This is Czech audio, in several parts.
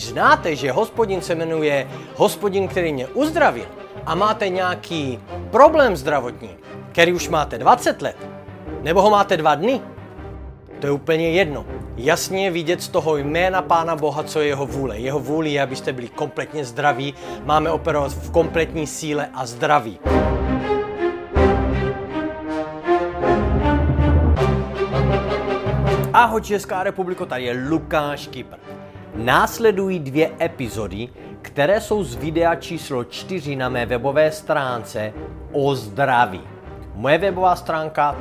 když znáte, že Hospodin se jmenuje Hospodin, který mě uzdravil a máte nějaký problém zdravotní, který už máte 20 let, nebo ho máte 2 dny, to je úplně jedno. Jasně je vidět z toho jména Pána Boha, co je jeho vůle. Jeho vůli je, abyste byli kompletně zdraví, máme operovat v kompletní síle a zdraví. Ahoj Česká republiko, tady je Lukáš Kypr. Následují 2 epizody, které jsou z videa číslo 4 na mé webové stránce o zdraví. Moje webová stránka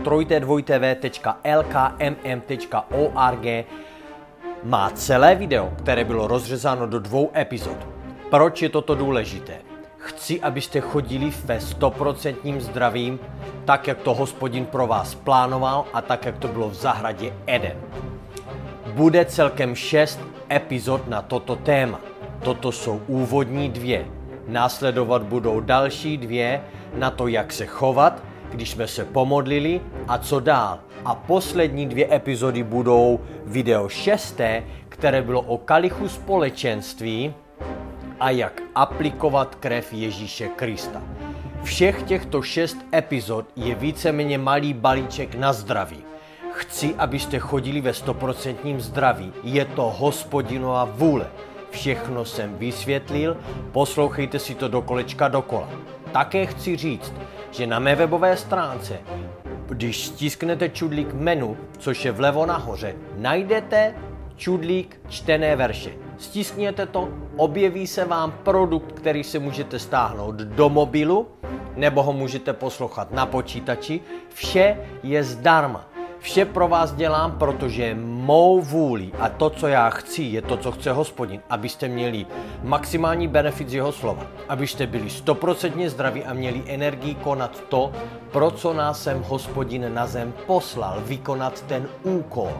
www.lkmm.org má celé video, které bylo rozřezáno do 2 epizod. Proč je toto důležité? Chci, abyste chodili ve 100% zdravím, tak, jak to Hospodin pro vás plánoval a tak, jak to bylo v zahradě Eden. Bude celkem 6 epizod na toto téma. Toto jsou úvodní 2. Následovat budou další 2 na to, jak se chovat, když jsme se pomodlili a co dál. A poslední 2 epizody budou video 6, které bylo o kalichu společenství a jak aplikovat krev Ježíše Krista. Všech těchto 6 epizod je víceméně malý balíček na zdraví. Chci, abyste chodili ve 100% zdraví. Je to Hospodinova vůle. Všechno jsem vysvětlil, poslouchejte si to do kolečka dokola. Také chci říct, že na mé webové stránce, když stisknete čudlík menu, což je vlevo nahoře, najdete čudlík čtené verše. Stiskněte to, objeví se vám produkt, který si můžete stáhnout do mobilu, nebo ho můžete poslouchat na počítači. Vše je zdarma. Vše pro vás dělám, protože mou vůli a to, co já chci, je to, co chce Hospodin, abyste měli maximální benefit z jeho slova, abyste byli 100% zdraví a měli energii konat to, pro co nás sem Hospodin na zem poslal, vykonat ten úkol.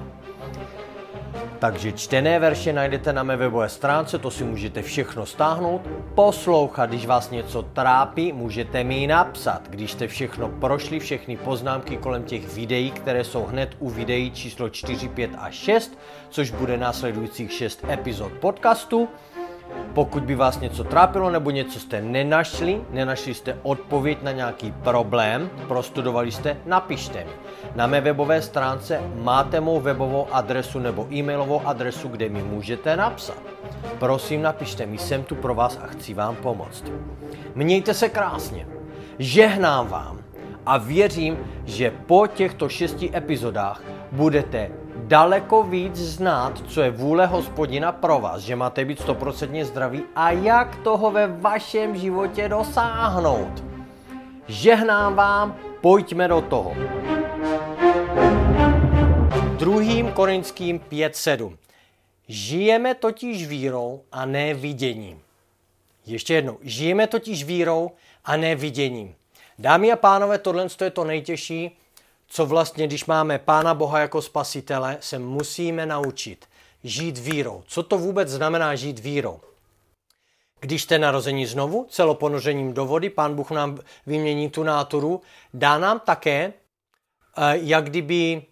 Takže čtené verše najdete na mé webové stránce, to si můžete všechno stáhnout, poslouchat, když vás něco trápí, můžete mi napsat, když jste všechno prošli, všechny poznámky kolem těch videí, které jsou hned u videí číslo 4, 5 a 6, což bude následujících 6 epizod podcastu. Pokud by vás něco trápilo nebo něco jste nenašli jste odpověď na nějaký problém, prostudovali jste, napište mi. Na mé webové stránce máte mou webovou adresu nebo e-mailovou adresu, kde mi můžete napsat. Prosím, napište mi, jsem tu pro vás a chci vám pomoct. Mějte se krásně, žehnám vám a věřím, že po těchto 6 epizodách budete daleko víc znát, co je vůle Hospodina pro vás, že máte být 100% zdraví a jak toho ve vašem životě dosáhnout. Žehnám vám, pojďme do toho. 2. Korinským 5:7. Žijeme totiž vírou a ne viděním. Ještě jednou, žijeme totiž vírou a ne viděním. Dámy a pánové, tohle je to nejtěžší, co vlastně, když máme Pána Boha jako spasitele, se musíme naučit žít vírou. Co to vůbec znamená žít vírou? Když jste narození znovu, celoponořením do vody, Pán Bůh nám vymění tu náturu, dá nám také, jak kdyby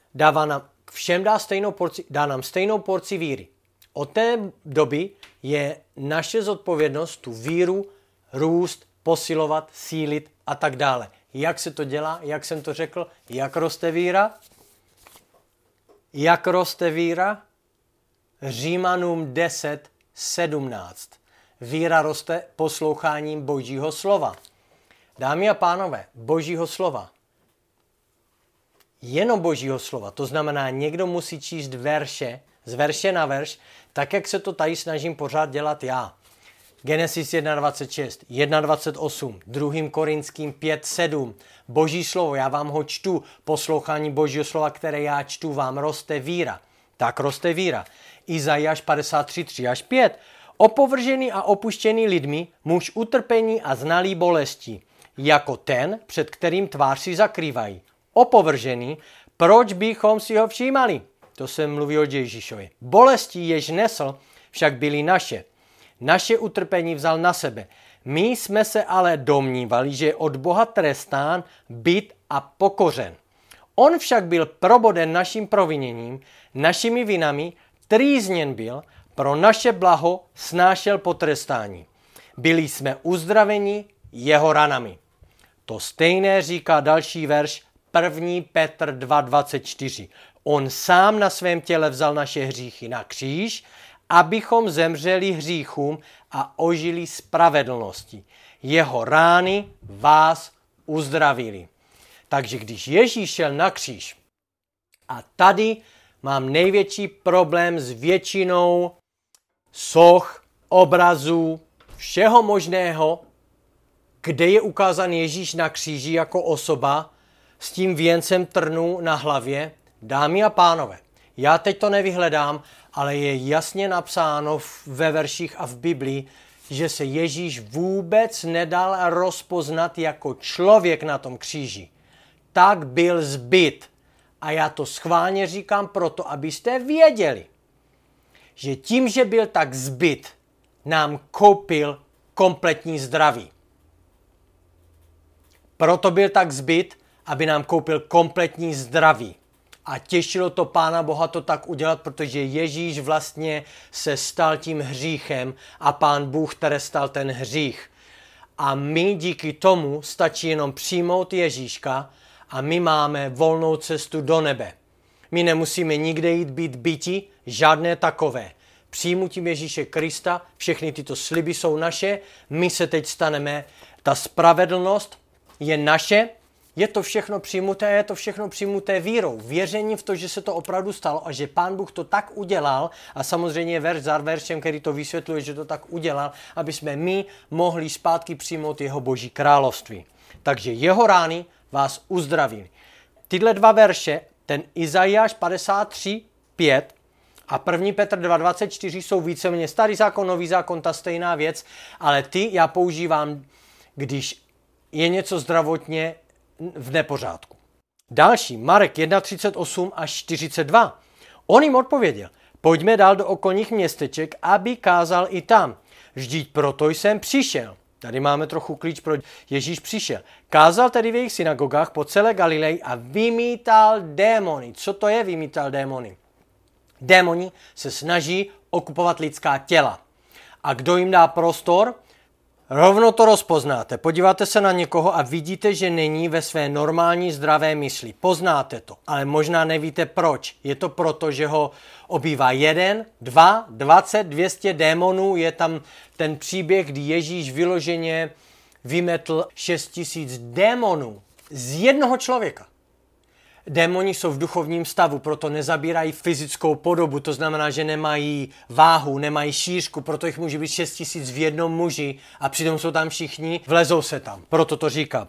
dá nám stejnou porci víry. Od té doby je naše zodpovědnost tu víru růst, posilovat, sílit a tak dále. Jak se to dělá? Jak jsem to řekl? Jak roste víra? Jak roste víra? Římanům 10:17. Víra roste posloucháním Božího slova. Dámy a pánové, Božího slova. Jenom Božího slova. To znamená, někdo musí číst verše, z verše na verš, tak, jak se to tady snažím pořád dělat já. Genesis 1.26, 1.28, 2. Korinským 5.7, Boží slovo, já vám ho čtu, poslouchání Božího slova, které já čtu, vám roste víra. Tak roste víra. Izajáš 53.3-5, opovržený a opuštěný lidmi, muž utrpení a znalý bolesti, jako ten, před kterým tvář si zakrývají. Opovržený, proč bychom si ho všímali? To se mluví o Ježíšovi. Bolesti, jež nesl, však byly naše. Naše utrpení vzal na sebe. My jsme se ale domnívali, že je od Boha trestán, bit a pokořen. On však byl proboden naším proviněním, našimi vinami, trýzněn byl, pro naše blaho snášel potrestání. Byli jsme uzdraveni jeho ranami. To stejné říká další verš 1. Petr 2.24. On sám na svém těle vzal naše hříchy na kříž, abychom zemřeli hříchům a ožili spravedlnosti. Jeho rány vás uzdravili. Takže když Ježíš šel na kříž, a tady mám největší problém s většinou soch, obrazů, všeho možného, kde je ukázán Ježíš na kříži jako osoba s tím věncem trnů na hlavě. Dámy a pánové, já teď to nevyhledám, ale je jasně napsáno ve verších a v Biblii, že se Ježíš vůbec nedal rozpoznat jako člověk na tom kříži. Tak byl zbyt. A já to schválně říkám proto, abyste věděli, že tím, že byl tak zbyt, nám koupil kompletní zdraví. Proto byl tak zbyt, aby nám koupil kompletní zdraví. A těšilo to Pána Boha to tak udělat, protože Ježíš vlastně se stal tím hříchem a Pán Bůh trestal ten hřích. A my díky tomu stačí jenom přijmout Ježíška a my máme volnou cestu do nebe. My nemusíme nikde jít být byti, žádné takové. Přijmutím Ježíše Krista, všechny tyto sliby jsou naše, my se teď staneme, ta spravedlnost je naše, je to všechno přijmuté, je to všechno přijmuté vírou, věřením v to, že se to opravdu stalo a že Pán Bůh to tak udělal a samozřejmě verš za veršem, který to vysvětluje, že to tak udělal, aby jsme my mohli zpátky přijmout jeho boží království. Takže jeho rány vás uzdravili. Tyhle dva verše, ten Izajáš 53:5 a 1. Petr 2.24 jsou víceméně starý zákon, nový zákon, ta stejná věc, ale ty já používám, když je něco zdravotně v nepořádku. Další, Marek 1.38 až 42. On jim odpověděl, pojďme dál do okolních městeček, aby kázal i tam. Vždyť proto jsem přišel. Tady máme trochu klíč, proč Ježíš přišel. Kázal tedy v jejich synagogách po celé Galileji a vymítal démony. Co to je vymítal démony? Démoni se snaží okupovat lidská těla. A kdo jim dá prostor? Rovno to rozpoznáte. Podíváte se na někoho a vidíte, že není ve své normální zdravé mysli. Poznáte to, ale možná nevíte proč. Je to proto, že ho obývá 1, 2, 20, 200 démonů. Je tam ten příběh, kdy Ježíš vyloženě vymetl 6000 démonů z jednoho člověka. Démoni jsou v duchovním stavu, proto nezabírají fyzickou podobu, to znamená, že nemají váhu, nemají šířku, proto jich může být 6000 v jednom muži a přitom jsou tam všichni, vlezou se tam. Proto to říkám.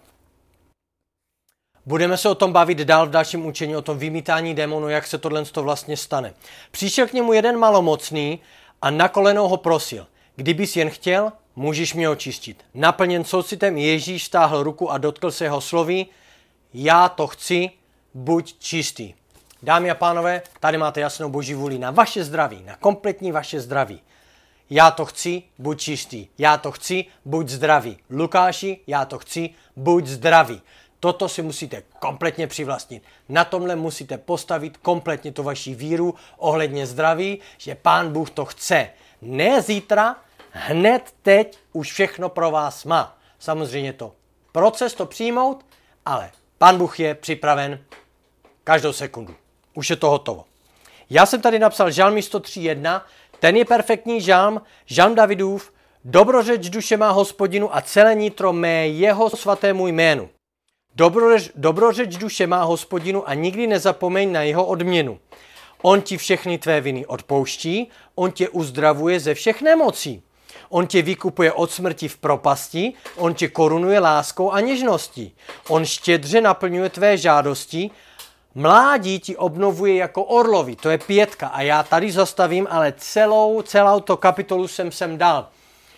Budeme se o tom bavit dál v dalším učení, o tom vymítání démonů, jak se tohle vlastně stane. Přišel k němu jeden malomocný a na kolenou ho prosil. Kdybys jen chtěl, můžeš mě očistit. Naplněn soucitem Ježíš stáhl ruku a dotkl se jeho slovy, já to chci, buď čistý. Dámy a pánové, tady máte jasnou boží vůli na vaše zdraví, na kompletní vaše zdraví. Já to chci, buď čistý. Já to chci, buď zdravý. Lukáši, já to chci, buď zdravý. Toto si musíte kompletně přivlastnit. Na tomhle musíte postavit kompletně tu vaši víru ohledně zdraví, že Pán Bůh to chce. Ne zítra, hned teď už všechno pro vás má. Samozřejmě to proces to přijmout, ale Pán Bůh je připraven každou sekundu. Už je to hotovo. Já jsem tady napsal žalmy 103:1, ten je perfektní žalm, žalm Davidův, dobrořeč duše má Hospodinu a celé nitro mé jeho svatému jménu. Dobrořeč duše má Hospodinu a nikdy nezapomeň na jeho odměnu. On ti všechny tvé viny odpouští, on tě uzdravuje ze všech nemocí. On tě vykupuje od smrti v propasti, on tě korunuje láskou a něžností. On štědře naplňuje tvé žádosti, mládí ti obnovuje jako orlovi, to je 5. A já tady zastavím, ale celou to kapitolu jsem sem dal.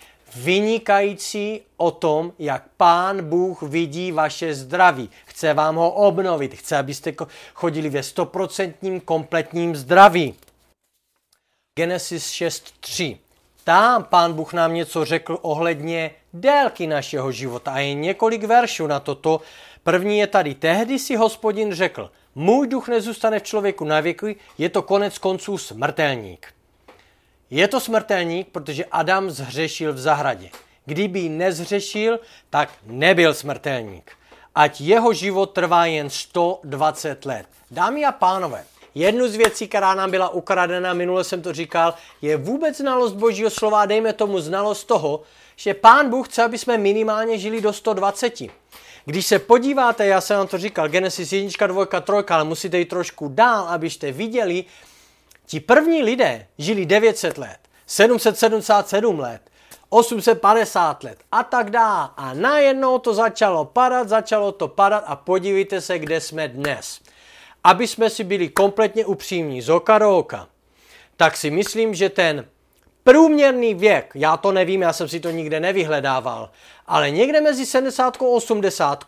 Vynikající o tom, jak Pán Bůh vidí vaše zdraví. Chce vám ho obnovit, chce, abyste chodili ve 100% kompletním zdraví. Genesis 6:3. Tam Pán Bůh nám něco řekl ohledně délky našeho života a je několik veršů na toto. První je tady. Tehdy si Hospodin řekl, můj duch nezůstane v člověku na věky, je to konec konců smrtelník. Je to smrtelník, protože Adam zhřešil v zahradě. Kdyby nezhřešil, tak nebyl smrtelník. Ať jeho život trvá jen 120 let. Dámy a pánové, jednu z věcí, která nám byla ukradena, minule jsem to říkal, je vůbec znalost Božího slova, dejme tomu znalost toho, že Pán Bůh chce, aby jsme minimálně žili do 120. Když se podíváte, já jsem vám to říkal, Genesis 1, 2, 3, ale musíte jít trošku dál, abyste viděli, ti první lidé žili 900 let, 777 let, 850 let a tak dále. A najednou to začalo to padat a podívejte se, kde jsme dnes. Aby jsme si byli kompletně upřímní z oka do oka, tak si myslím, že ten průměrný věk, já to nevím, já jsem si to nikde nevyhledával, ale někde mezi 70 a 80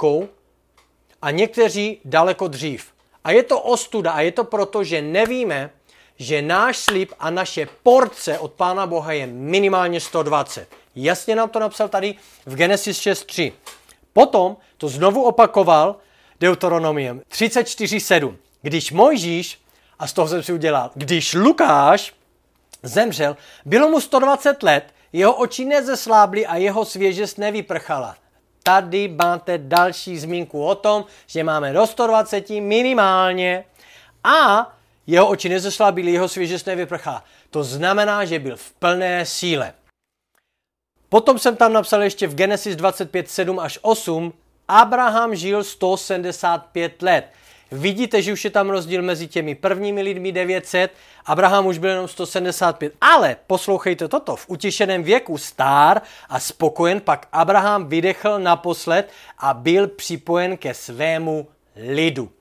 a někteří daleko dřív. A je to ostuda a je to proto, že nevíme, že náš slib a naše porce od Pána Boha je minimálně 120. Jasně nám to napsal tady v Genesis 6.3. Potom to znovu opakoval Deuteronomiem 34.7. Když Mojžíš, a z toho jsem si udělal, když Lukáš zemřel, bylo mu 120 let, jeho oči nezeslábly a jeho svěžest nevyprchala. Tady máte další zmínku o tom, že máme do 120 minimálně a jeho oči nezeslábily, jeho svěžest nevyprchala. To znamená, že byl v plné síle. Potom jsem tam napsal ještě v Genesis 25, 7 až 8, Abraham žil 175 let. Vidíte, že už je tam rozdíl mezi těmi prvními lidmi 900, Abraham už byl jenom 175. Ale poslouchejte toto, v utěšeném věku stár a spokojen pak Abraham vydechl naposled a byl připojen ke svému lidu.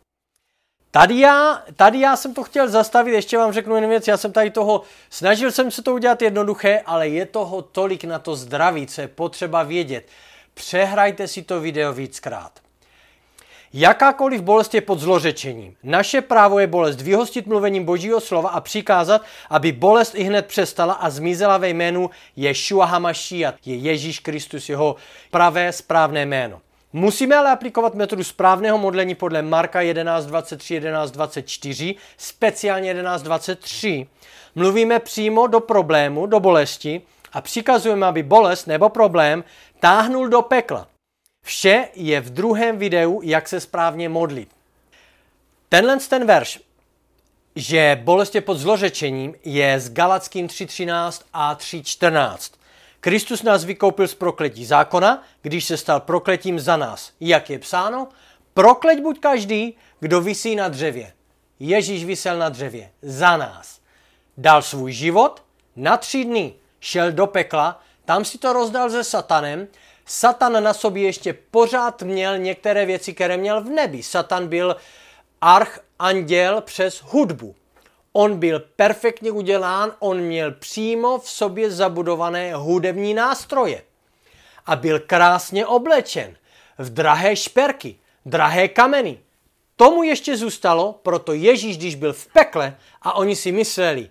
Tady já jsem to chtěl zastavit, ještě vám řeknu jednu věc, já jsem tady snažil jsem se to udělat jednoduché, ale je toho tolik na to zdraví, co je potřeba vědět. Přehrajte si to video víckrát. Jakákoliv bolest je pod zlořečením. Naše právo je bolest vyhostit mluvením Božího slova a přikázat, aby bolest i hned přestala a zmizela ve jménu Ješua Hamašiach. Je Ježíš Kristus, jeho pravé správné jméno. Musíme ale aplikovat metodu správného modlení podle Marka 11.23, 11.24, speciálně 11.23. Mluvíme přímo do problému, do bolesti a přikazujeme, aby bolest nebo problém táhnul do pekla. Vše je v druhém videu, jak se správně modlit. Ten verš, že bolest je pod zlořečením, je z Galackým 3.13 a 3.14. Kristus nás vykoupil z prokletí zákona, když se stal prokletím za nás. Jak je psáno? Prokleť buď každý, kdo visí na dřevě. Ježíš visel na dřevě za nás. Dal svůj život, na 3 dny šel do pekla, tam si to rozdal se satanem. Satan na sobě ještě pořád měl některé věci, které měl v nebi. Satan byl archanděl přes hudbu. On byl perfektně udělán, on měl přímo v sobě zabudované hudební nástroje. A byl krásně oblečen v drahé šperky, drahé kameny. Tomu ještě zůstalo, proto Ježíš, když byl v pekle a oni si mysleli,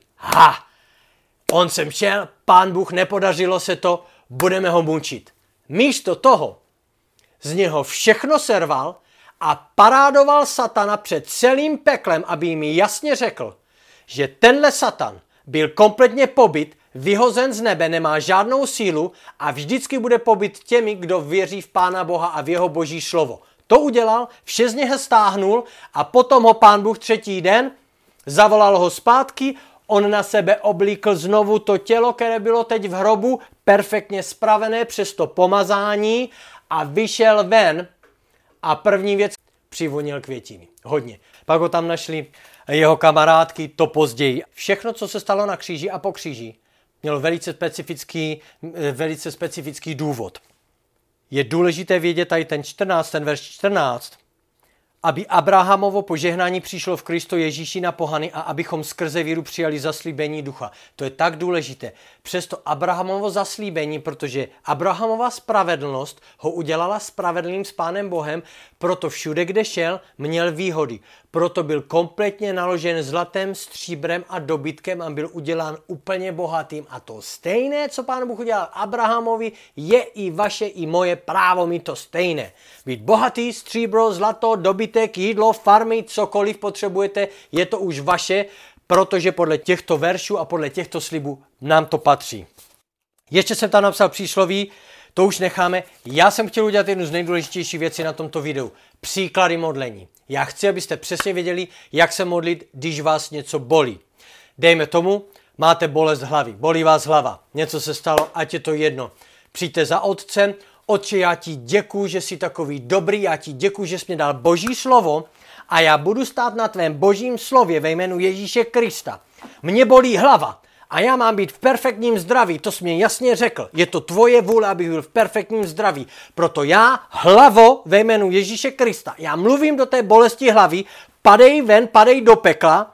on sem šel, Pán Bůh, nepodařilo se to, budeme ho mučit. Místo toho z něho všechno serval a parádoval satana před celým peklem, aby jim jasně řekl, že tenhle satan byl kompletně pobyt, vyhozen z nebe, nemá žádnou sílu a vždycky bude pobyt těmi, kdo věří v Pána Boha a v jeho Boží slovo. To udělal, vše z něho stáhnul a potom ho Pán Bůh 3. den zavolal ho zpátky, on na sebe oblíkl znovu to tělo, které bylo teď v hrobu, perfektně spravené přes to pomazání a vyšel ven a první věc přivonil květiny. Hodně. Pak ho tam našli jeho kamarádky, to později. Všechno, co se stalo na kříži a po kříži, mělo velice specifický důvod. Je důležité vědět tady ten verš 14, aby Abrahamovo požehnání přišlo v Kristu Ježíši na pohany a abychom skrze víru přijali zaslíbení ducha. To je tak důležité. Přesto Abrahamovo zaslíbení, protože Abrahamova spravedlnost ho udělala spravedlným s Pánem Bohem, proto všude, kde šel, měl výhody. Proto byl kompletně naložen zlatem, stříbrem a dobytkem a byl udělán úplně bohatým. A to stejné, co Pán Bůh udělal Abrahamovi, je i vaše, i moje právo mít to stejné. Být bohatý, stříbro, zlato, dobytek, jídlo, farmy, cokoliv potřebujete, je to už vaše. protože podle těchto veršů a podle těchto slibů nám to patří. Ještě jsem tam napsal přísloví, to už necháme. Já jsem chtěl udělat jednu z nejdůležitějších věcí na tomto videu. Příklady modlení. Já chci, abyste přesně věděli, jak se modlit, když vás něco bolí. Dejme tomu, máte bolest hlavy, bolí vás hlava, něco se stalo, ať je to jedno. Přijďte za otcem, Otče, já ti děkuju, že jsi takový dobrý, já ti děkuju, že jsi mě dal Boží slovo a já budu stát na tvém Božím slově ve jménu Ježíše Krista. Mě bolí hlava a já mám být v perfektním zdraví, to jsi mě jasně řekl. Je to tvoje vůle, abych byl v perfektním zdraví. Proto já, hlavo, ve jménu Ježíše Krista, já mluvím do té bolesti hlavy, padej ven, padej do pekla.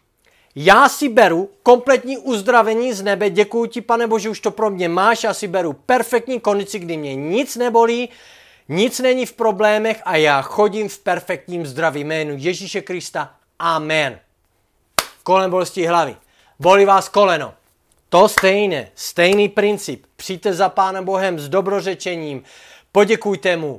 Já si beru kompletní uzdravení z nebe, děkuji ti, Pane Bože, už to pro mě máš, já si beru perfektní kondici, kdy mě nic nebolí, nic není v problémech a já chodím v perfektním zdraví. Jménu Ježíše Krista, amen. Kolem bolesti hlavy. Bolí vás koleno. To stejný princip. Přijďte za Pánem Bohem s dobrořečením, poděkujte mu,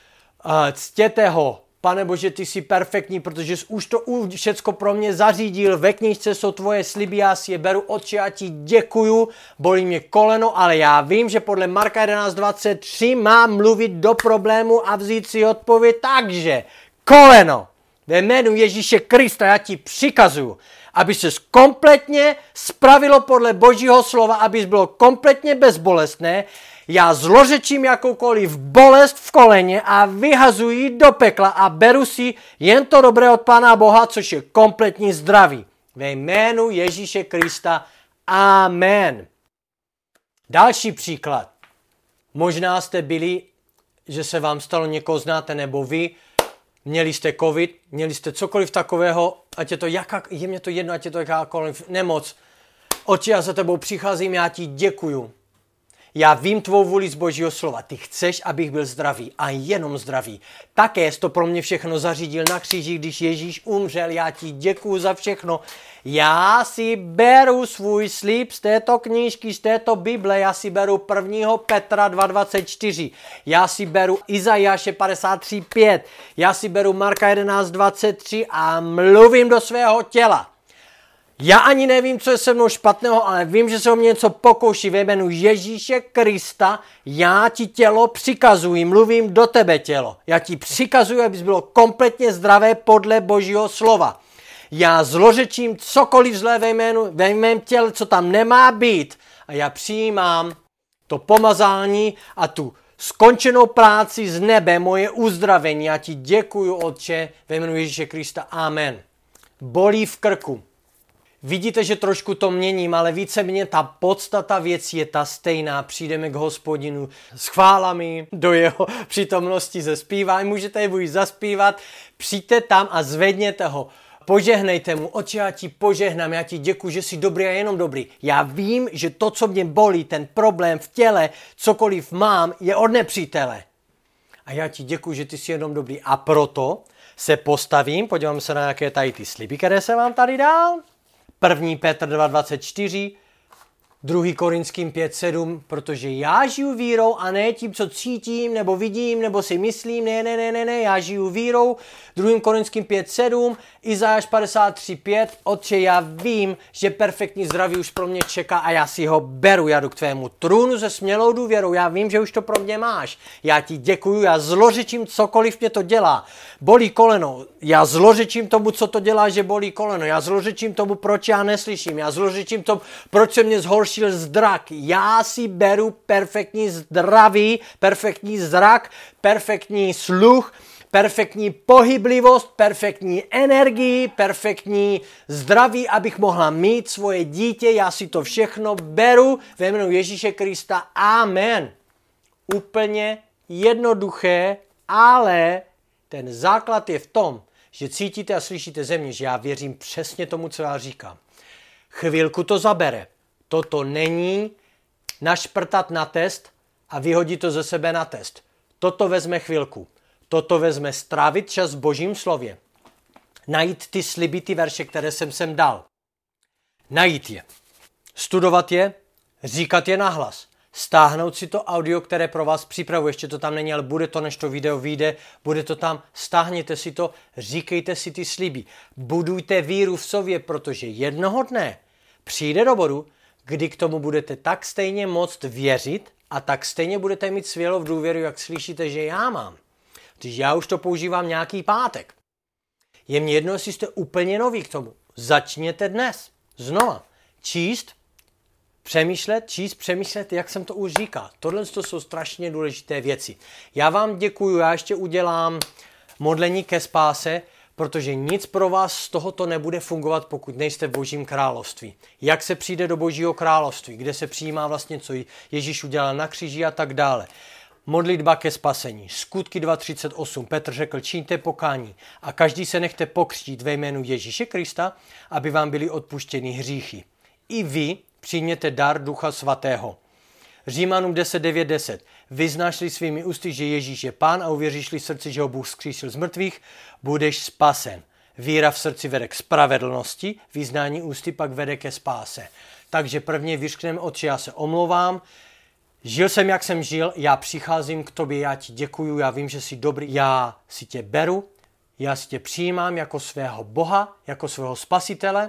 ctěte ho. Pane Bože, ty jsi perfektní, protože jsi už to všecko pro mě zařídil. Ve knížce jsou tvoje sliby, já si je beru, Otče, já ti děkuju. Bolí mě koleno, ale já vím, že podle Marka 11.23 mám mluvit do problému a vzít si odpověď. Takže koleno, ve jménu Ježíše Krista já ti přikazuju, aby se kompletně spravilo podle Božího slova, aby bylo kompletně bezbolestné. Já zlořečím jakoukoliv bolest v koleně a vyhazuji do pekla a beru si jen to dobré od Pána Boha, což je kompletní zdraví. Ve jménu Ježíše Krista. Amen. Další příklad. Možná jste byli, že se vám stalo, někoho znáte, nebo vy, měli jste covid, měli jste cokoliv takového, ať je to je mě to jedno, ať je to jakákoliv nemoc. Otče, já za tebou přicházím, já ti děkuju. Já vím tvou vůli z Božího slova. Ty chceš, abych byl zdravý a jenom zdravý. Také jsi to pro mě všechno zařídil na kříži, když Ježíš umřel. Já ti děkuju za všechno. Já si beru svůj slib z této knížky, z této Bible. Já si beru 1. Petra 2.24. Já si beru Izajáše 53.5. Já si beru Marka 11.23 a mluvím do svého těla. Já ani nevím, co je se mnou špatného, ale vím, že se o mě něco pokouší. Ve jménu Ježíše Krista já ti tělo přikazuji, mluvím do tebe tělo. Já ti přikazuji, abys bylo kompletně zdravé podle Božího slova. Já zlořečím cokoliv zlé ve mém těle, co tam nemá být. A já přijímám to pomazání a tu skončenou práci z nebe, moje uzdravení. Já ti děkuju, Otče, ve jménu Ježíše Krista. Amen. Bolí v krku. Vidíte, že trošku to měním, ale víceméně ta podstata věcí je ta stejná. Přijdeme k Hospodinu s chválami, do jeho přítomnosti zespívá. Můžete buď zaspívat, přijďte tam a zvedněte ho. Požehnejte mu. Otče, já ti požehnám, já ti děkuji, že jsi dobrý a jenom dobrý. Já vím, že to, co mě bolí, ten problém v těle, cokoliv mám, je od nepřítele. A já ti děkuji, že ty jsi jenom dobrý. A proto se postavím, podívám se na nějaké tady ty sliby, které jsem vám tady dal. 1. Petr 2.24, 2. Korinským 5.7, protože já žiju vírou a ne tím, co cítím, nebo vidím, nebo si myslím, ne, já žiju vírou. 2. Korinským 5.7, Izajáš 53.5, Otče, já vím, že perfektní zdraví už pro mě čeká a já si ho beru, já jdu k tvému trůnu se smělou důvěrou, já vím, že už to pro mě máš. Já ti děkuju, já zlořečím cokoliv mě to dělá. Bolí koleno, já zlořečím tomu, co to dělá, že bolí koleno, já zlořečím tomu, proč já neslyším, já zlořečím tomu, proč se mě zhoršil zrak. Já si beru perfektní zdraví, perfektní zrak, perfektní sluch, perfektní pohyblivost, perfektní energii, perfektní zdraví, abych mohla mít svoje dítě. Já si to všechno beru ve jménu Ježíše Krista. Amen. Úplně jednoduché, ale ten základ je v tom, že cítíte a slyšíte ze mě, že já věřím přesně tomu, co já říkám. Chvilku to zabere. Toto není našprtat na test a vyhodit to ze sebe na test. Toto vezme chvilku. Toto vezme strávit čas v Božím slově. Najít ty sliby, ty verše, které jsem sem dal. Najít je. Studovat je, říkat je nahlas. stáhnout si to audio, které pro vás připravuji. Ještě to tam není, ale bude to, než to video vyjde, bude to tam, stáhněte si to, říkejte si ty sliby. Budujte víru v sobě, protože jednoho dne přijde do bodu, kdy k tomu budete tak stejně moct věřit a tak stejně budete mít svělo v důvěru, jak slyšíte, že já mám. Když já už to používám nějaký pátek. Je mně jedno, jestli jste úplně noví k tomu. Začněte dnes. Znova. Číst, přemýšlet, jak jsem to už říkal. Tohle jsou strašně důležité věci. Já vám děkuju, já ještě udělám modlení ke spáse, protože nic pro vás z tohoto nebude fungovat, pokud nejste v Božím království. Jak se přijde do Božího království, kde se přijímá vlastně, co Ježíš udělal na kříži a tak dále. Modlitba ke spasení. Skutky 2.38. Petr řekl, čiňte pokání a každý se nechte pokřtít ve jménu Ježíše Krista, aby vám byly odpuštěny hříchy. I vy přijměte dar Ducha Svatého. Římanům 10.9.10. Vyznáš-li svými ústy, že Ježíš je Pán a uvěříš-li v srdci, že ho Bůh vzkřísil z mrtvých, budeš spasen. Víra v srdci vede k spravedlnosti, vyznání ústy pak vede ke spáse. Takže prvně vyřkneme, Otče, já se omlouvám, žil jsem, jak jsem žil, já přicházím k tobě, já ti děkuju, já vím, že jsi dobrý, já si tě beru, já si tě přijímám jako svého Boha, jako svého spasitele.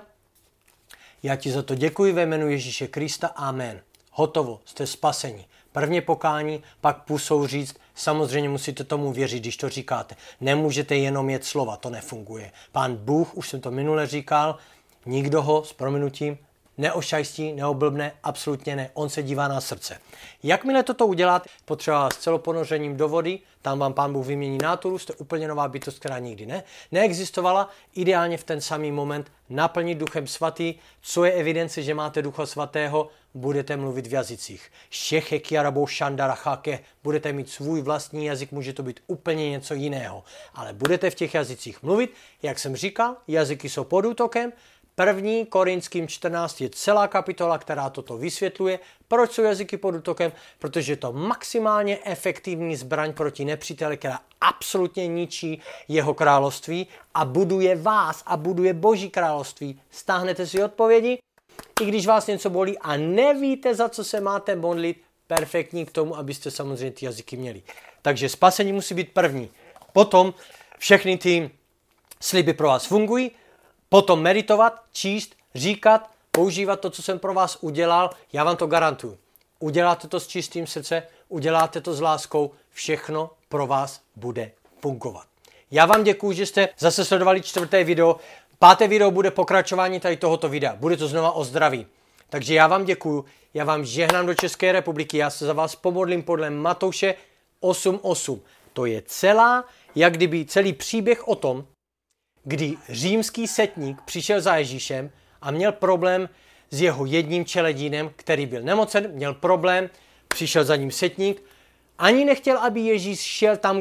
Já ti za to děkuji ve jménu Ježíše Krista, amen. Hotovo, jste spaseni. Prvně pokání, pak pusou říct, samozřejmě musíte tomu věřit, když to říkáte. Nemůžete jenom jet slova, to nefunguje. Pán Bůh, už jsem to minule říkal, nikdo ho s prominutím neošajstí, neoblbne, absolutně ne. On se dívá na srdce. Jakmile toto uděláte, potřeba vás celoponořením do vody, tam vám Pán Bůh vymění náturu, jste úplně nová bytost, která nikdy neexistovala. Ideálně v ten samý moment naplnit Duchem Svatý. Co je evidence, že máte Ducha Svatého? Budete mluvit v jazycích. Šechekiarabo šandarachake, budete mít svůj vlastní jazyk, může to být úplně něco jiného. Ale budete v těch jazycích mluvit, jak jsem říkal, jazyky jsou pod útokem. 1. Korinským 14 je celá kapitola, která toto vysvětluje. Proč jsou jazyky pod útokem? Protože je to maximálně efektivní zbraň proti nepříteli, která absolutně ničí jeho království a buduje vás a buduje Boží království. Stáhnete si odpovědi, i když vás něco bolí a nevíte, za co se máte modlit, perfektní k tomu, abyste samozřejmě ty jazyky měli. Takže spasení musí být první. Potom všechny ty sliby pro vás fungují. Potom meditovat, číst, říkat, používat to, co jsem pro vás udělal, já vám to garantuju. Uděláte to s čistým srdcem, uděláte to s láskou, všechno pro vás bude fungovat. Já vám děkuji, že jste zase sledovali 4. video. 5. video bude pokračování tady tohoto videa. Bude to znova o zdraví. Takže já vám děkuji, já vám žehnám do České republiky, já se za vás pomodlím podle Matouše 8.8. To je jak kdyby celý příběh o tom, kdy římský setník přišel za Ježíšem a měl problém s jeho jedním čeledínem, který byl nemocen, měl problém, přišel za ním setník, ani nechtěl, aby Ježíš šel tam,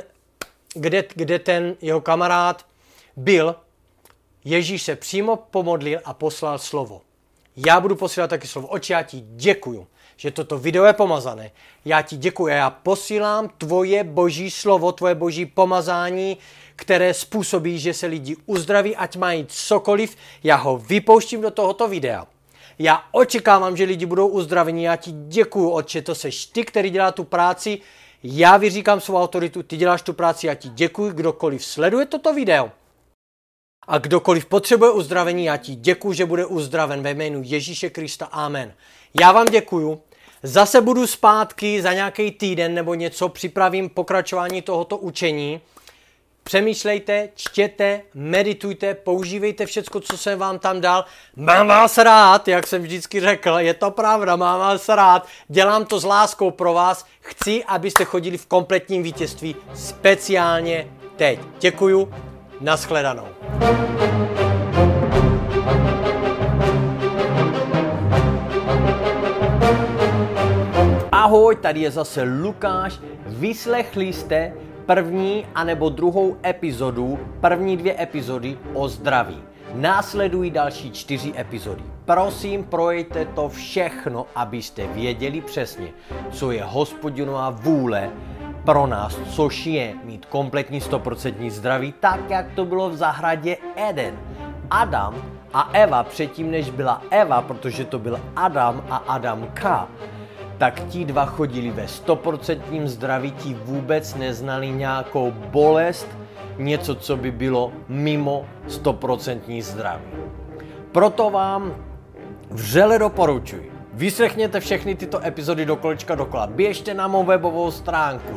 kde ten jeho kamarád byl. Ježíš se přímo pomodlil a poslal slovo. Já budu posílat taky slovo. Otče, já ti děkuju, že toto video je pomazané. Já ti děkuju a já posílám tvoje boží slovo, tvoje boží pomazání, které způsobí, že se lidi uzdraví, ať mají cokoliv, já ho vypouštím do tohoto videa. Já očekávám, že lidi budou uzdraveni, já ti děkuju, Otče, to seš ty, který dělá tu práci, já vyříkám svou autoritu, ty děláš tu práci, já ti děkuju, kdokoliv sleduje toto video. A kdokoliv potřebuje uzdravení, já ti děkuju, že bude uzdraven ve jménu Ježíše Krista. Amen. Já vám děkuju. Zase budu zpátky za nějaký týden nebo něco, připravím pokračování tohoto učení. Přemýšlejte, čtěte, meditujte, používejte všecko, co jsem vám tam dal. Mám vás rád, jak jsem vždycky řekl, je to pravda, mám vás rád. Dělám to s láskou pro vás. Chci, abyste chodili v kompletním vítězství, speciálně teď. Děkuju, nashledanou. Ahoj, tady je zase Lukáš. Vyslechli jste první anebo druhou epizodu, první 2 epizody o zdraví. Následují další 4 epizody. Prosím, projďte to všechno, abyste věděli přesně, co je Hospodinova vůle pro nás, což je mít kompletní 100% zdraví, tak jak to bylo v zahradě Eden. Adam a Eva předtím, než byla Eva, protože to byl Adam a Adamka, tak ti dva chodili ve 100% zdraví, ti vůbec neznali nějakou bolest, něco, co by bylo mimo 100% zdraví. Proto vám vřele doporučuji. Vyslechněte všechny tyto epizody do kolečka dokola. Běžte na mou webovou stránku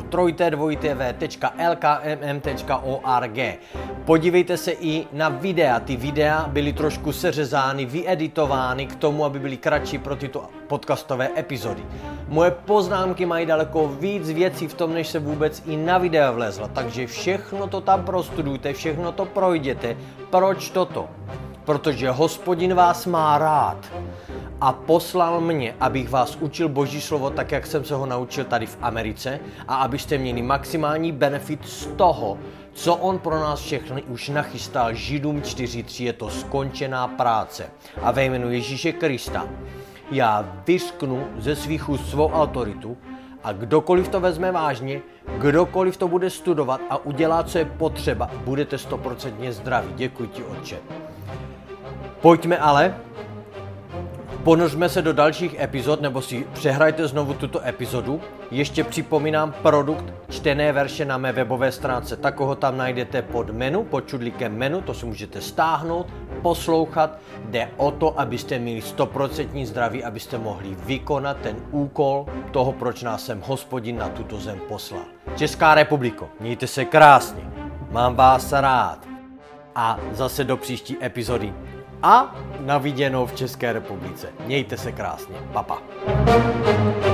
www.lkmm.org. Podívejte se i na videa. Ty videa byly trošku seřezány, vyeditovány k tomu, aby byly kratší pro tyto podcastové epizody. Moje poznámky mají daleko víc věcí v tom, než se vůbec i na videa vlezla. Takže všechno to tam prostudujte, všechno to projděte. Proč toto? Protože Hospodin vás má rád a poslal mě, abych vás učil Boží slovo tak, jak jsem se ho naučil tady v Americe a abyste měli maximální benefit z toho, co on pro nás všechny už nachystal. Židům 4.3 je to skončená práce. A ve jménu Ježíše Krista já vyřknu ze svých úst svou autoritu a kdokoliv to vezme vážně, kdokoliv to bude studovat a udělá, co je potřeba, budete 100% zdraví. Děkuji ti, Otče. Pojďme ale, ponořme se do dalších epizod, nebo si přehrajte znovu tuto epizodu. Ještě připomínám produkt čtené verše na mé webové stránce. Takového tam najdete pod menu, pod čudlíkem menu, to si můžete stáhnout, poslouchat. Jde o to, abyste měli 100% zdraví, abyste mohli vykonat ten úkol toho, proč nás sem Hospodin na tuto zem poslal. Česká republiko, mějte se krásně, mám vás rád. A zase do příští epizody. A na viděnou v České republice. Mějte se krásně. Pa, pa.